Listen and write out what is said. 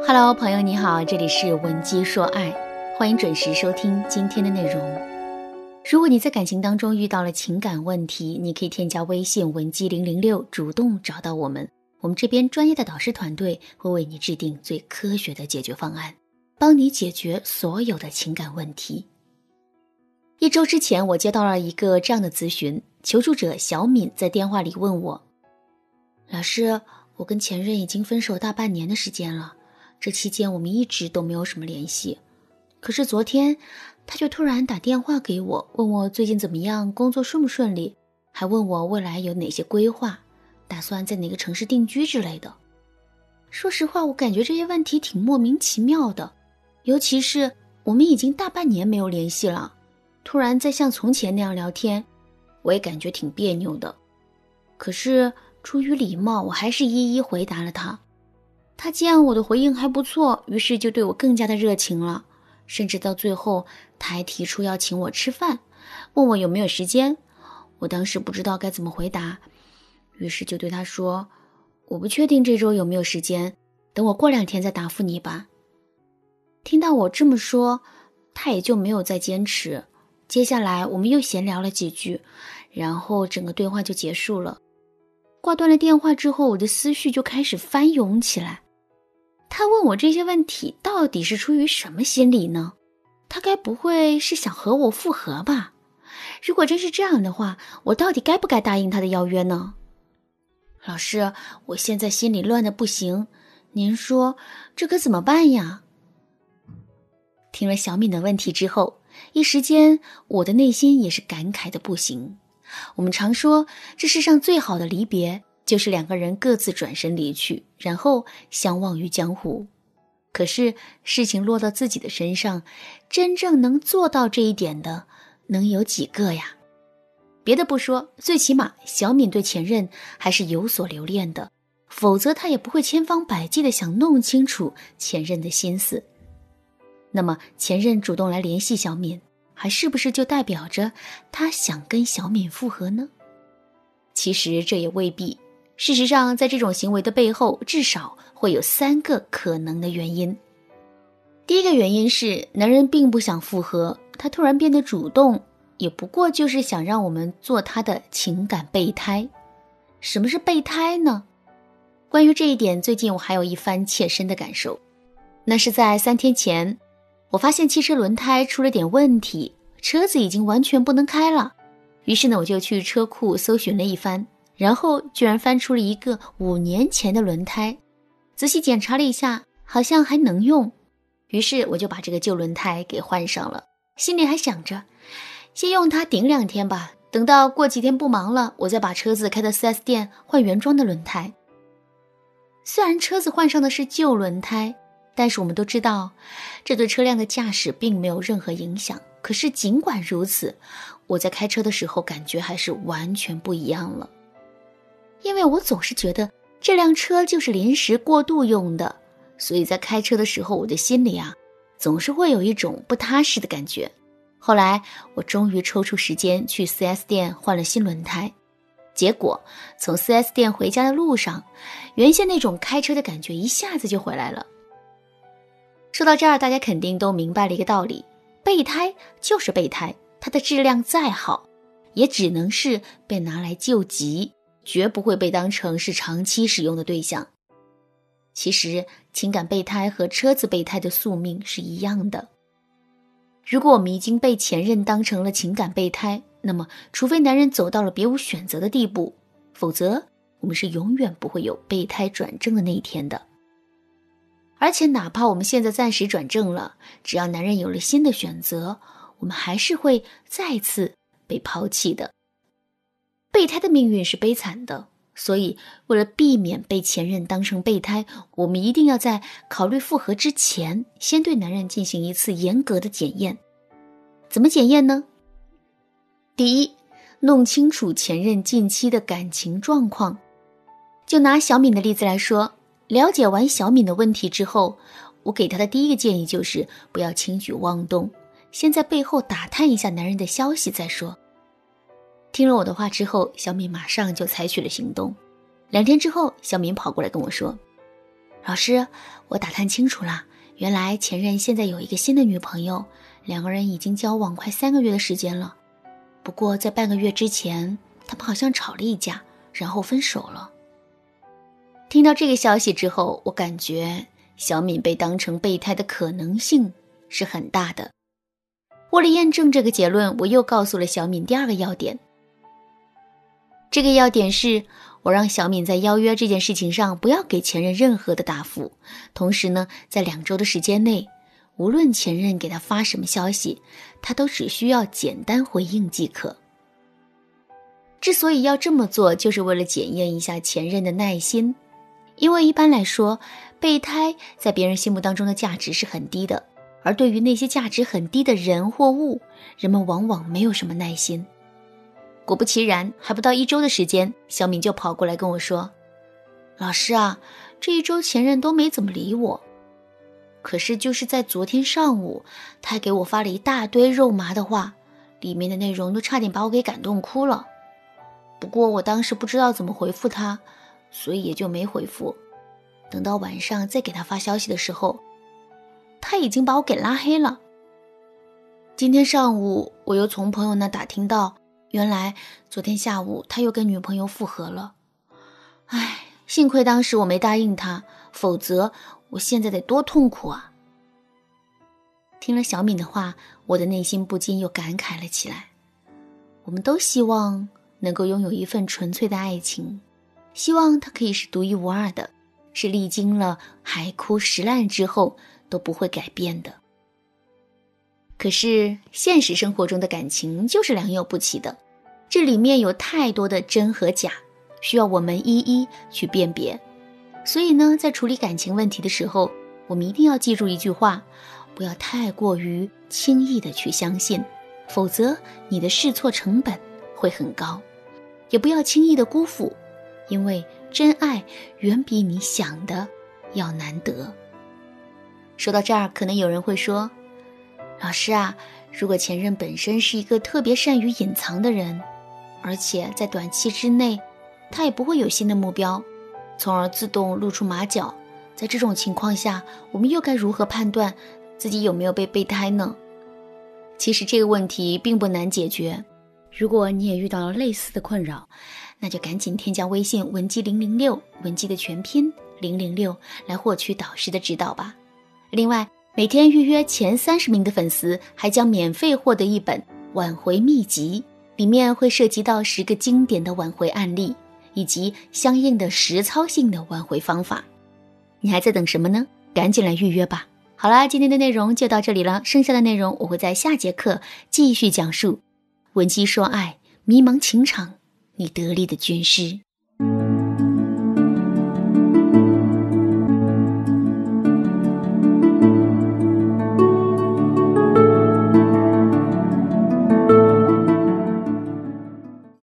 Hello， 朋友你好，这里是文姬说爱，欢迎准时收听今天的内容。如果你在感情当中遇到了情感问题，你可以添加微信文姬006，主动找到我们，我们这边专业的导师团队会为你制定最科学的解决方案，帮你解决所有的情感问题。1周之前，我接到了一个这样的咨询，求助者小敏在电话里问我，老师，我跟前任已经分手大半年的时间了，这期间我们一直都没有什么联系。可是昨天他就突然打电话给我，问我最近怎么样，工作顺不顺利，还问我未来有哪些规划，打算在哪个城市定居之类的。说实话，我感觉这些问题挺莫名其妙的，尤其是我们已经大半年没有联系了，突然再像从前那样聊天，我也感觉挺别扭的。可是出于礼貌，我还是一一回答了他。他见我的回应还不错，于是就对我更加的热情了，甚至到最后他还提出要请我吃饭，问我有没有时间。我当时不知道该怎么回答，于是就对他说，我不确定这周有没有时间，等我过2天再答复你吧。听到我这么说，他也就没有再坚持。接下来我们又闲聊了几句，然后整个对话就结束了。挂断了电话之后，我的思绪就开始翻涌起来。他问我这些问题到底是出于什么心理呢？他该不会是想和我复合吧？如果真是这样的话，我到底该不该答应他的邀约呢？老师，我现在心里乱得不行，您说这可怎么办呀？听了小敏的问题之后，一时间我的内心也是感慨的不行。我们常说，这世上最好的离别就是2个人各自转身离去，然后相忘于江湖。可是事情落到自己的身上，真正能做到这一点的能有几个呀？别的不说，最起码小敏对前任还是有所留恋的，否则她也不会千方百计地想弄清楚前任的心思。那么前任主动来联系小敏，还是不是就代表着他想跟小敏复合呢？其实这也未必。事实上，在这种行为的背后，至少会有3个可能的原因。第一个原因是，男人并不想复合，他突然变得主动，也不过就是想让我们做他的情感备胎。什么是备胎呢？关于这一点，最近我还有一番切身的感受。那是在3天前，我发现汽车轮胎出了点问题，车子已经完全不能开了。于是呢，我就去车库搜寻了一番，然后居然翻出了一个5年前的轮胎，仔细检查了一下，好像还能用。于是我就把这个旧轮胎给换上了，心里还想着先用它顶2天吧，等到过几天不忙了，我再把车子开到 4S 店换原装的轮胎。虽然车子换上的是旧轮胎，但是我们都知道，这对车辆的驾驶并没有任何影响。可是尽管如此，我在开车的时候感觉还是完全不一样了。因为我总是觉得这辆车就是临时过渡用的，所以在开车的时候，我的心里总是会有一种不踏实的感觉。后来我终于抽出时间去 4S 店换了新轮胎，结果从 4S 店回家的路上，原先那种开车的感觉一下子就回来了。说到这儿，大家肯定都明白了一个道理，备胎就是备胎，它的质量再好，也只能是被拿来救急，绝不会被当成是长期使用的对象。其实情感备胎和车子备胎的宿命是一样的。如果我们已经被前任当成了情感备胎，那么除非男人走到了别无选择的地步，否则我们是永远不会有备胎转正的那一天的。而且哪怕我们现在暂时转正了，只要男人有了新的选择，我们还是会再次被抛弃的。备胎的命运是悲惨的，所以为了避免被前任当成备胎，我们一定要在考虑复合之前，先对男人进行一次严格的检验。怎么检验呢？第一，弄清楚前任近期的感情状况。就拿小敏的例子来说，了解完小敏的问题之后，我给她的第一个建议就是不要轻举妄动，先在背后打探一下男人的消息再说。听了我的话之后，小敏马上就采取了行动。2天之后，小敏跑过来跟我说， 老师，我打探清楚了，原来前任现在有一个新的女朋友，两个人已经交往快3个月的时间了。不过在半个月之前，他们好像吵了一架，然后分手了。听到这个消息之后，我感觉小敏被当成备胎的可能性是很大的。为了验证这个结论，我又告诉了小敏第2个要点。这个要点是我让小敏在邀约这件事情上不要给前任任何的答复，同时呢，在2周的时间内，无论前任给他发什么消息，他都只需要简单回应即可。之所以要这么做，就是为了检验一下前任的耐心。因为一般来说，备胎在别人心目当中的价值是很低的，而对于那些价值很低的人或物，人们往往没有什么耐心。果不其然，还不到1周的时间，小敏就跑过来跟我说，老师啊，这1周前任都没怎么理我。可是就是在昨天上午，他还给我发了一大堆肉麻的话，里面的内容都差点把我给感动哭了。不过我当时不知道怎么回复他，所以也就没回复。等到晚上再给他发消息的时候，他已经把我给拉黑了。今天上午我又从朋友那打听到，原来昨天下午他又跟女朋友复合了。唉，幸亏当时我没答应他，否则我现在得多痛苦啊。听了小敏的话，我的内心不禁又感慨了起来。我们都希望能够拥有一份纯粹的爱情，希望它可以是独一无二的，是历经了海枯石烂之后都不会改变的。可是现实生活中的感情就是良莠不齐的，这里面有太多的真和假，需要我们一一去辨别。所以呢，在处理感情问题的时候，我们一定要记住一句话，不要太过于轻易的去相信，否则你的试错成本会很高。也不要轻易的辜负，因为真爱远比你想的要难得。说到这儿，可能有人会说，老师啊，如果前任本身是一个特别善于隐藏的人，而且在短期之内他也不会有新的目标，从而自动露出马脚，在这种情况下，我们又该如何判断自己有没有被备胎呢？其实这个问题并不难解决，如果你也遇到了类似的困扰，那就赶紧添加微信文姬006，文姬的全拼006，来获取导师的指导吧。另外，每天预约前30名的粉丝还将免费获得一本挽回秘籍，里面会涉及到10个经典的挽回案例，以及相应的实操性的挽回方法。你还在等什么呢？赶紧来预约吧。好啦，今天的内容就到这里了，剩下的内容我会在下节课继续讲述。文姬说爱，迷茫情场，你得力的军师。